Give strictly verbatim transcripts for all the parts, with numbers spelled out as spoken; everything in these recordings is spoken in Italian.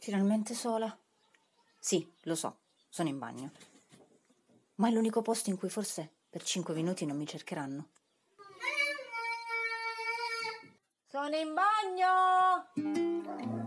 Finalmente sola? Sì, lo so, sono in bagno. Ma è l'unico posto in cui forse per cinque minuti non mi cercheranno. Sono in bagno!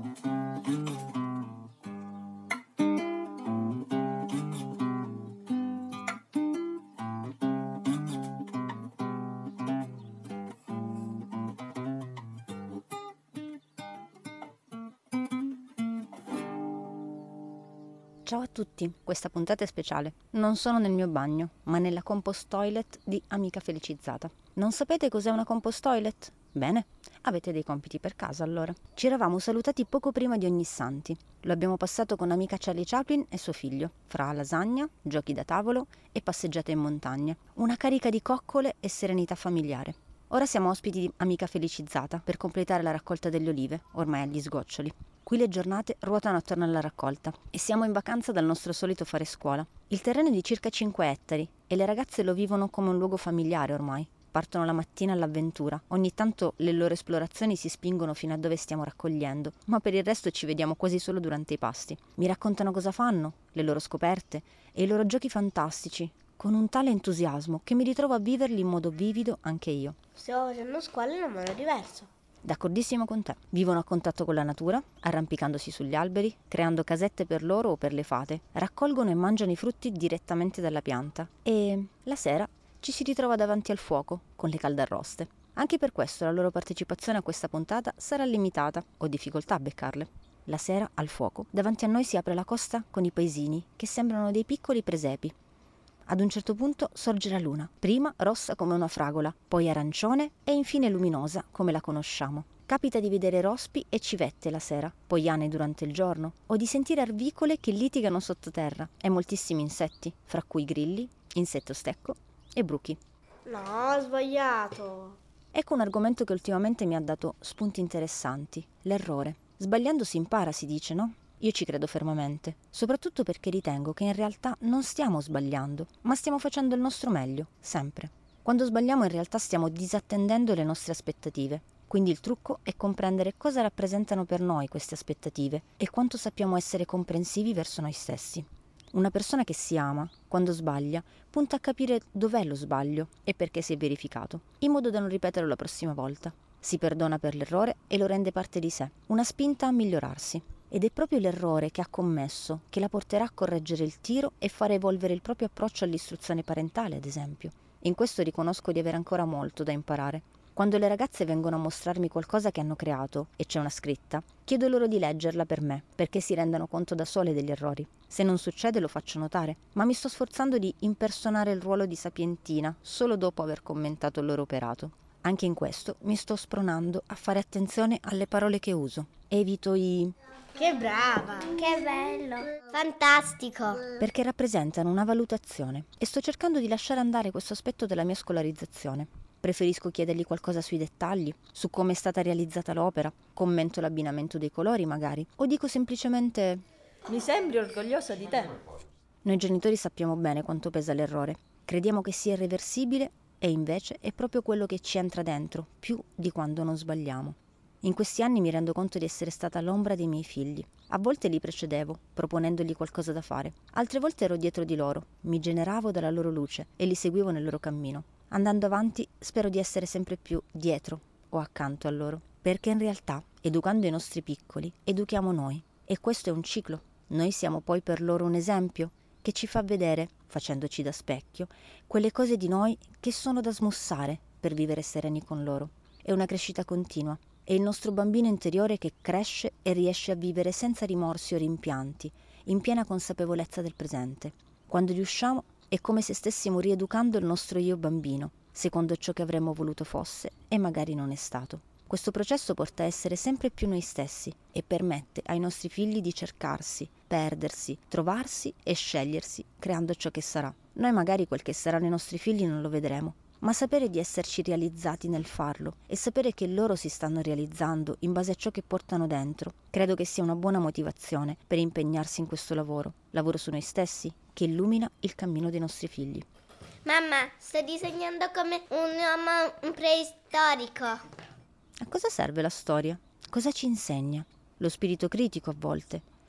Ciao a tutti, questa puntata è speciale. Non sono nel mio bagno, ma nella compost toilet di Amica Felicizzata. Non sapete cos'è una compost toilet? Bene, avete dei compiti per casa allora. Ci eravamo salutati poco prima di Ognissanti. Lo abbiamo passato con amica Charlie Chaplin e suo figlio, fra lasagna, giochi da tavolo e passeggiate in montagna. Una carica di coccole e serenità familiare. Ora siamo ospiti di Amica Felicizzata per completare la raccolta delle olive, ormai agli sgoccioli. Qui le giornate ruotano attorno alla raccolta e siamo in vacanza dal nostro solito fare scuola. Il terreno è di circa cinque ettari e le ragazze lo vivono come un luogo familiare ormai. Partono la mattina all'avventura. Ogni tanto le loro esplorazioni si spingono fino a dove stiamo raccogliendo, ma per il resto ci vediamo quasi solo durante i pasti. Mi raccontano cosa fanno, le loro scoperte e i loro giochi fantastici, con un tale entusiasmo che mi ritrovo a viverli in modo vivido anche io. Stiamo facendo scuola in un modo diverso. D'accordissimo con te. Vivono a contatto con la natura, arrampicandosi sugli alberi, creando casette per loro o per le fate, raccolgono e mangiano i frutti direttamente dalla pianta e la sera ci si ritrova davanti al fuoco con le caldarroste. Anche per questo la loro partecipazione a questa puntata sarà limitata, ho difficoltà a beccarle. La sera, al fuoco, davanti a noi si apre la costa con i paesini che sembrano dei piccoli presepi. Ad un certo punto sorge la luna, prima rossa come una fragola, poi arancione e infine luminosa come la conosciamo. Capita di vedere rospi e civette la sera, poiane durante il giorno, o di sentire arvicole che litigano sottoterra e moltissimi insetti, fra cui grilli, insetto stecco e bruchi. No, ho sbagliato. Ecco un argomento che ultimamente mi ha dato spunti interessanti, l'errore. Sbagliando si impara, si dice, no? Io ci credo fermamente, soprattutto perché ritengo che in realtà non stiamo sbagliando, ma stiamo facendo il nostro meglio, sempre. Quando sbagliamo in realtà stiamo disattendendo le nostre aspettative, quindi il trucco è comprendere cosa rappresentano per noi queste aspettative e quanto sappiamo essere comprensivi verso noi stessi. Una persona che si ama, quando sbaglia, punta a capire dov'è lo sbaglio e perché si è verificato, in modo da non ripeterlo la prossima volta. Si perdona per l'errore e lo rende parte di sé, una spinta a migliorarsi. Ed è proprio l'errore che ha commesso che la porterà a correggere il tiro e fare evolvere il proprio approccio all'istruzione parentale, ad esempio. In questo riconosco di avere ancora molto da imparare. Quando le ragazze vengono a mostrarmi qualcosa che hanno creato e c'è una scritta, chiedo loro di leggerla per me, perché si rendano conto da sole degli errori. Se non succede lo faccio notare, ma mi sto sforzando di impersonare il ruolo di sapientina solo dopo aver commentato il loro operato. Anche in questo mi sto spronando a fare attenzione alle parole che uso. Evito i... Che brava! Che bello! Fantastico! perché rappresentano una valutazione e sto cercando di lasciare andare questo aspetto della mia scolarizzazione. Preferisco chiedergli qualcosa sui dettagli, su come è stata realizzata l'opera, commento l'abbinamento dei colori magari, o dico semplicemente mi sembri orgogliosa di te. Noi genitori sappiamo bene quanto pesa l'errore, crediamo che sia irreversibile e invece è proprio quello che ci entra dentro, più di quando non sbagliamo. In questi anni mi rendo conto di essere stata l'ombra dei miei figli. A volte li precedevo, proponendogli qualcosa da fare. Altre volte ero dietro di loro, mi generavo dalla loro luce e li seguivo nel loro cammino. Andando avanti, spero di essere sempre più dietro o accanto a loro. Perché in realtà, educando i nostri piccoli, educhiamo noi. E questo è un ciclo. Noi siamo poi per loro un esempio che ci fa vedere, facendoci da specchio, quelle cose di noi che sono da smussare per vivere sereni con loro. È una crescita continua. È il nostro bambino interiore che cresce e riesce a vivere senza rimorsi o rimpianti, in piena consapevolezza del presente. Quando riusciamo è come se stessimo rieducando il nostro io bambino, secondo ciò che avremmo voluto fosse e magari non è stato. Questo processo porta a essere sempre più noi stessi e permette ai nostri figli di cercarsi, perdersi, trovarsi e scegliersi, creando ciò che sarà. Noi magari quel che saranno i nostri figli non lo vedremo, ma sapere di esserci realizzati nel farlo e sapere che loro si stanno realizzando in base a ciò che portano dentro, credo che sia una buona motivazione per impegnarsi in questo lavoro, lavoro su noi stessi, che illumina il cammino dei nostri figli. Mamma, sto disegnando come un uomo preistorico. A cosa serve la storia? Cosa ci insegna? Lo spirito critico a volte.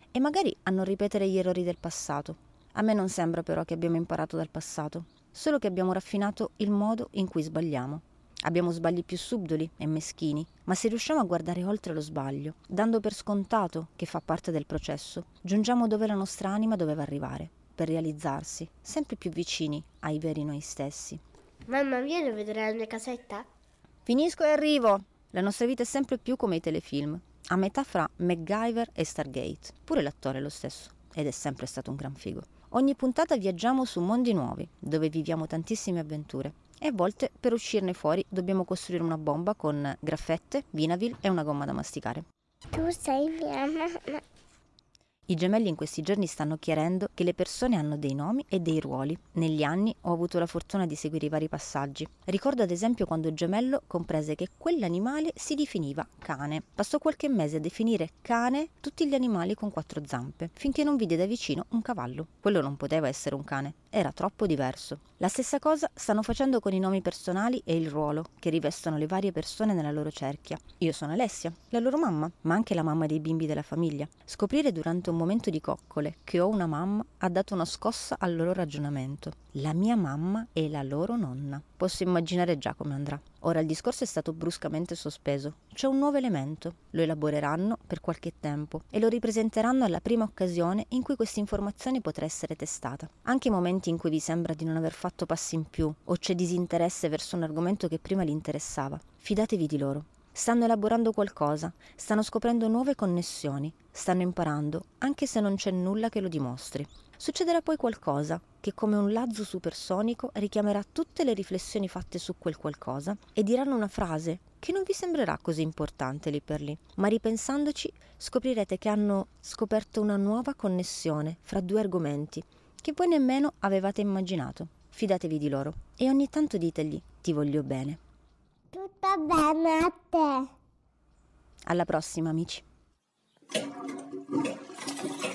e magari a non ripetere gli errori del passato. A me non sembra però che abbiamo imparato dal passato, solo che abbiamo raffinato il modo in cui sbagliamo. Abbiamo sbagli più subdoli e meschini, ma se riusciamo a guardare oltre lo sbaglio, dando per scontato che fa parte del processo, giungiamo dove la nostra anima doveva arrivare, per realizzarsi, sempre più vicini ai veri noi stessi. Mamma, vieni a vedere la mia casetta? Finisco e arrivo! La nostra vita è sempre più come i telefilm, a metà fra MacGyver e Stargate. Pure l'attore è lo stesso, ed è sempre stato un gran figo. Ogni puntata viaggiamo su mondi nuovi, dove viviamo tantissime avventure. E a volte, per uscirne fuori, dobbiamo costruire una bomba con graffette, Vinavil e una gomma da masticare. Tu sei mia mamma. I gemelli in questi giorni stanno chiarendo che le persone hanno dei nomi e dei ruoli. Negli anni ho avuto la fortuna di seguire i vari passaggi. Ricordo ad esempio quando il gemello comprese che quell'animale si definiva cane. Passò qualche mese a definire cane tutti gli animali con quattro zampe, finché non vide da vicino un cavallo. Quello non poteva essere un cane, era troppo diverso. La stessa cosa stanno facendo con i nomi personali e il ruolo che rivestono le varie persone nella loro cerchia. Io sono Alessia, la loro mamma, ma anche la mamma dei bimbi della famiglia. Scoprire durante un momento di coccole che ho una mamma ha dato una scossa al loro ragionamento. La mia mamma è la loro nonna. Posso immaginare già come andrà. Ora il discorso è stato bruscamente sospeso. C'è un nuovo elemento. Lo elaboreranno per qualche tempo e lo ripresenteranno alla prima occasione in cui questa informazione potrà essere testata. Anche i momenti in cui vi sembra di non aver fatto passi in più o c'è disinteresse verso un argomento che prima li interessava, fidatevi di loro. Stanno elaborando qualcosa, stanno scoprendo nuove connessioni, stanno imparando, anche se non c'è nulla che lo dimostri. Succederà poi qualcosa che come un lazzo supersonico richiamerà tutte le riflessioni fatte su quel qualcosa e diranno una frase che non vi sembrerà così importante lì per lì, ma ripensandoci scoprirete che hanno scoperto una nuova connessione fra due argomenti che voi nemmeno avevate immaginato. Fidatevi di loro e ogni tanto ditegli ti voglio bene. Tutto bene a te. Alla prossima, amici.